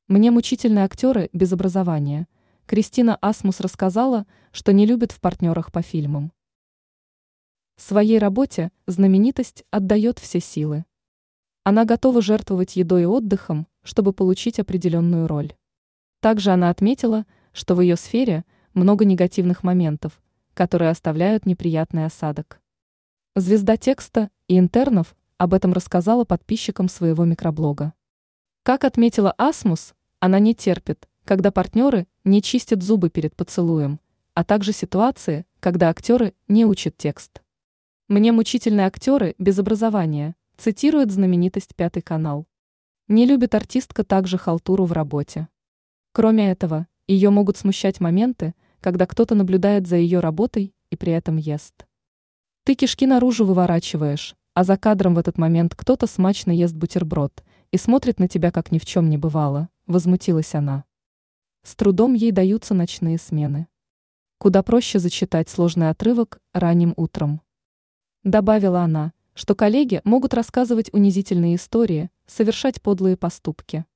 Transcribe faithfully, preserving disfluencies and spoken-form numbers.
Мне мучительны актеры без образования. Кристина Асмус рассказала, что не любит в партнерах по фильмам. Своей работе знаменитость отдает все силы. Она готова жертвовать едой и отдыхом, чтобы получить определенную роль. Также она отметила, что в ее сфере много негативных моментов, которые оставляют неприятный осадок. Звезда текста и интернов об этом рассказала подписчикам своего микроблога. Как отметила Асмус, она не терпит, когда партнеры не чистят зубы перед поцелуем, а также ситуации, когда актеры не учат текст. «Мне мучительны актеры без образования», цитирует знаменитость Пятый канал. Не любит артистка также халтуру в работе. Кроме этого, ее могут смущать моменты, когда кто-то наблюдает за ее работой и при этом ест. Ты кишки наружу выворачиваешь, а за кадром в этот момент кто-то смачно ест бутерброд и смотрит на тебя, как ни в чем не бывало, возмутилась она. С трудом ей даются ночные смены. Куда проще зачитать сложный отрывок ранним утром. Добавила она, что коллеги могут рассказывать унизительные истории, совершать подлые поступки.